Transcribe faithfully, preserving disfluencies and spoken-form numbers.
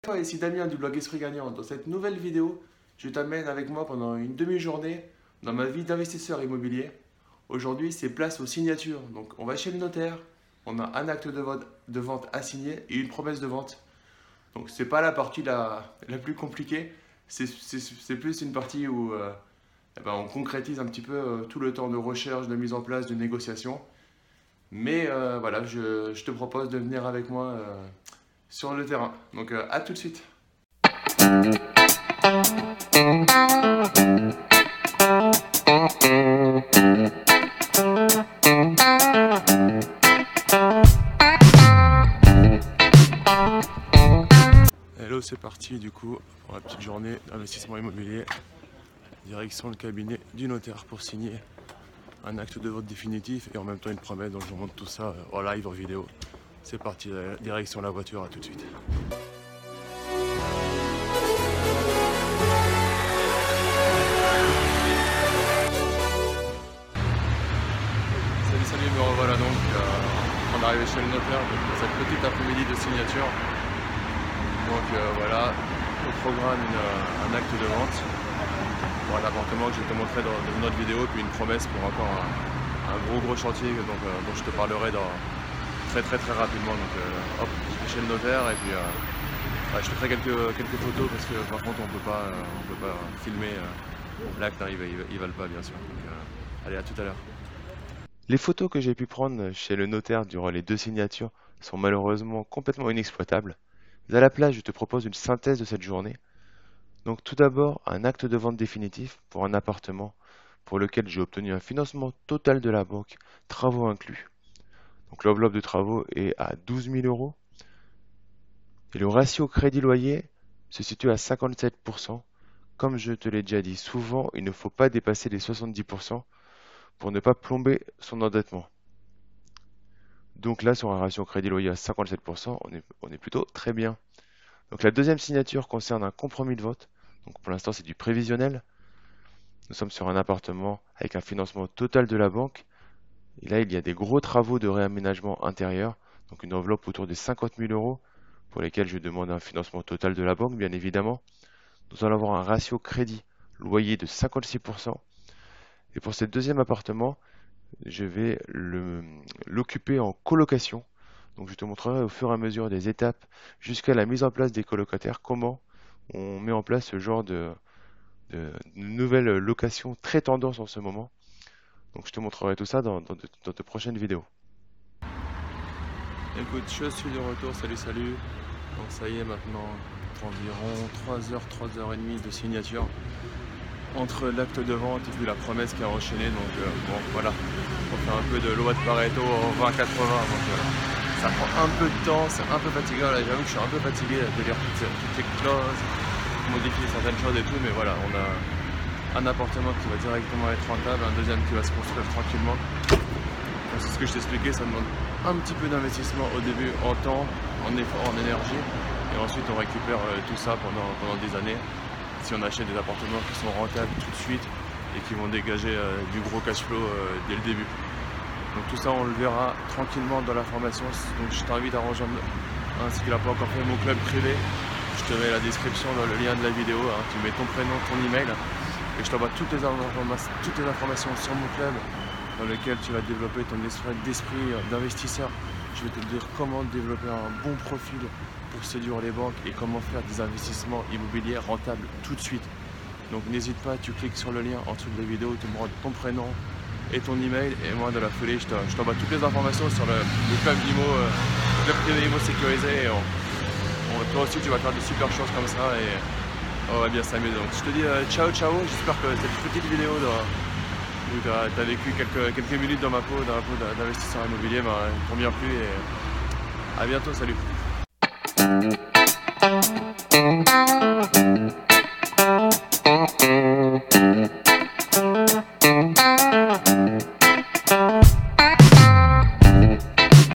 Toi, ici Damien du blog Esprit Gagnant. Dans cette nouvelle vidéo, je t'amène avec moi pendant une demi-journée dans ma vie d'investisseur immobilier. Aujourd'hui, c'est place aux signatures. Donc, on va chez le notaire, on a un acte de vente, de vente à signer et une promesse de vente. Donc, c'est pas la partie la, la plus compliquée, c'est c'est- c'est plus une partie où euh, eh ben, on concrétise un petit peu euh, tout le temps de recherche, de mise en place, de négociation. Mais euh, voilà, je, je te propose de venir avec moi euh, sur le terrain. Donc, euh, à tout de suite. Hello, c'est parti du coup pour la petite journée d'investissement immobilier. Direction le cabinet du notaire pour signer un acte de vote définitif et en même temps une promesse. Donc je vous montre tout ça en live, en vidéo. C'est parti, direction la voiture, à tout de suite. Salut, salut, me revoilà donc euh, on est arrivé chez le notaire pour cette petite après-midi de signature. Donc euh, voilà, au programme une, euh, un acte de vente pour un appartement que je vais te montrer dans, dans une autre vidéo, puis une promesse pour encore un, un gros gros chantier donc, euh, dont je te parlerai dans, très très très rapidement. Donc euh, hop, je vais chez le notaire et puis euh, ouais, je te ferai quelques, quelques photos parce que par contre on peut pas, euh, on peut pas filmer euh, l'acte, hein, ils, ils, ils valent pas bien sûr. Donc, euh, allez, à tout à l'heure. Les photos que j'ai pu prendre chez le notaire durant les deux signatures sont malheureusement complètement inexploitables. Mais à la place, je te propose une synthèse de cette journée. Donc tout d'abord, un acte de vente définitif pour un appartement pour lequel j'ai obtenu un financement total de la banque, travaux inclus. Donc l'enveloppe de travaux est à douze mille euros et le ratio crédit-loyer se situe à cinquante-sept pour cent. Comme je te l'ai déjà dit souvent, il ne faut pas dépasser les soixante-dix pour cent pour ne pas plomber son endettement. Donc là, sur un ratio crédit-loyer à cinquante-sept pour cent, on est, on est plutôt très bien. Donc la deuxième signature concerne un compromis de vote. Donc pour l'instant, c'est du prévisionnel. Nous sommes sur un appartement avec un financement total de la banque. Et là, il y a des gros travaux de réaménagement intérieur. Donc une enveloppe autour des cinquante mille euros pour lesquels je demande un financement total de la banque, bien évidemment. Nous allons avoir un ratio crédit-loyer de cinquante-six pour cent. Et pour ce deuxième appartement, je vais le- l'occuper en colocation. Donc je te montrerai au fur et à mesure des étapes jusqu'à la mise en place des colocataires, comment on met en place ce genre de, de, de nouvelle location très tendance en ce moment. Donc je te montrerai tout ça dans, dans de, dans de prochaines vidéos. Écoute, je suis de retour, salut salut. Donc ça y est maintenant, environ trois heures, trois heures trente de signature entre l'acte de vente et puis la promesse qui a enchaîné. Donc euh, bon voilà, on fait un peu de loi de Pareto en vingt quatre-vingts. Donc euh, ça prend un peu de temps, c'est un peu fatigant. Là j'avoue que je suis un peu fatigué de lire toutes, toutes les clauses, modifier certaines choses et tout, mais voilà, on a un appartement qui va directement être rentable, un deuxième qui va se construire tranquillement. C'est ce que je t'expliquais, ça demande un petit peu d'investissement au début en temps, en effort, en énergie, et ensuite on récupère euh, tout ça pendant, pendant des années. Si on achète des appartements qui sont rentables tout de suite et qui vont dégager euh, du gros cash flow euh, dès le début. Donc tout ça on le verra tranquillement dans la formation. Donc je t'invite à rejoindre, hein, si tu l'as pas encore fait, mon club privé. Je te mets la description dans le lien de la vidéo, hein. Tu mets ton prénom, ton email et je t'envoie toutes les, toutes les informations sur mon club dans lequel tu vas développer ton esprit d'investisseur. Je vais te dire comment développer un bon profil pour séduire les banques et comment faire des investissements immobiliers rentables tout de suite. Donc n'hésite pas, tu cliques sur le lien en dessous de la vidéo, tu me rends ton prénom et ton email et moi de la foulée je t'envoie toutes les informations sur le, le club IMO, euh, le club privé IMO sécurisé. Et on, on, toi aussi tu vas faire de super choses comme ça et on va bien s'amuser. Donc je te dis euh, ciao ciao, j'espère que cette petite vidéo de, où tu as, as vécu quelques, quelques minutes dans ma peau, dans la peau d'investisseur immobilier, bah, t'ont bien plu et à bientôt, salut.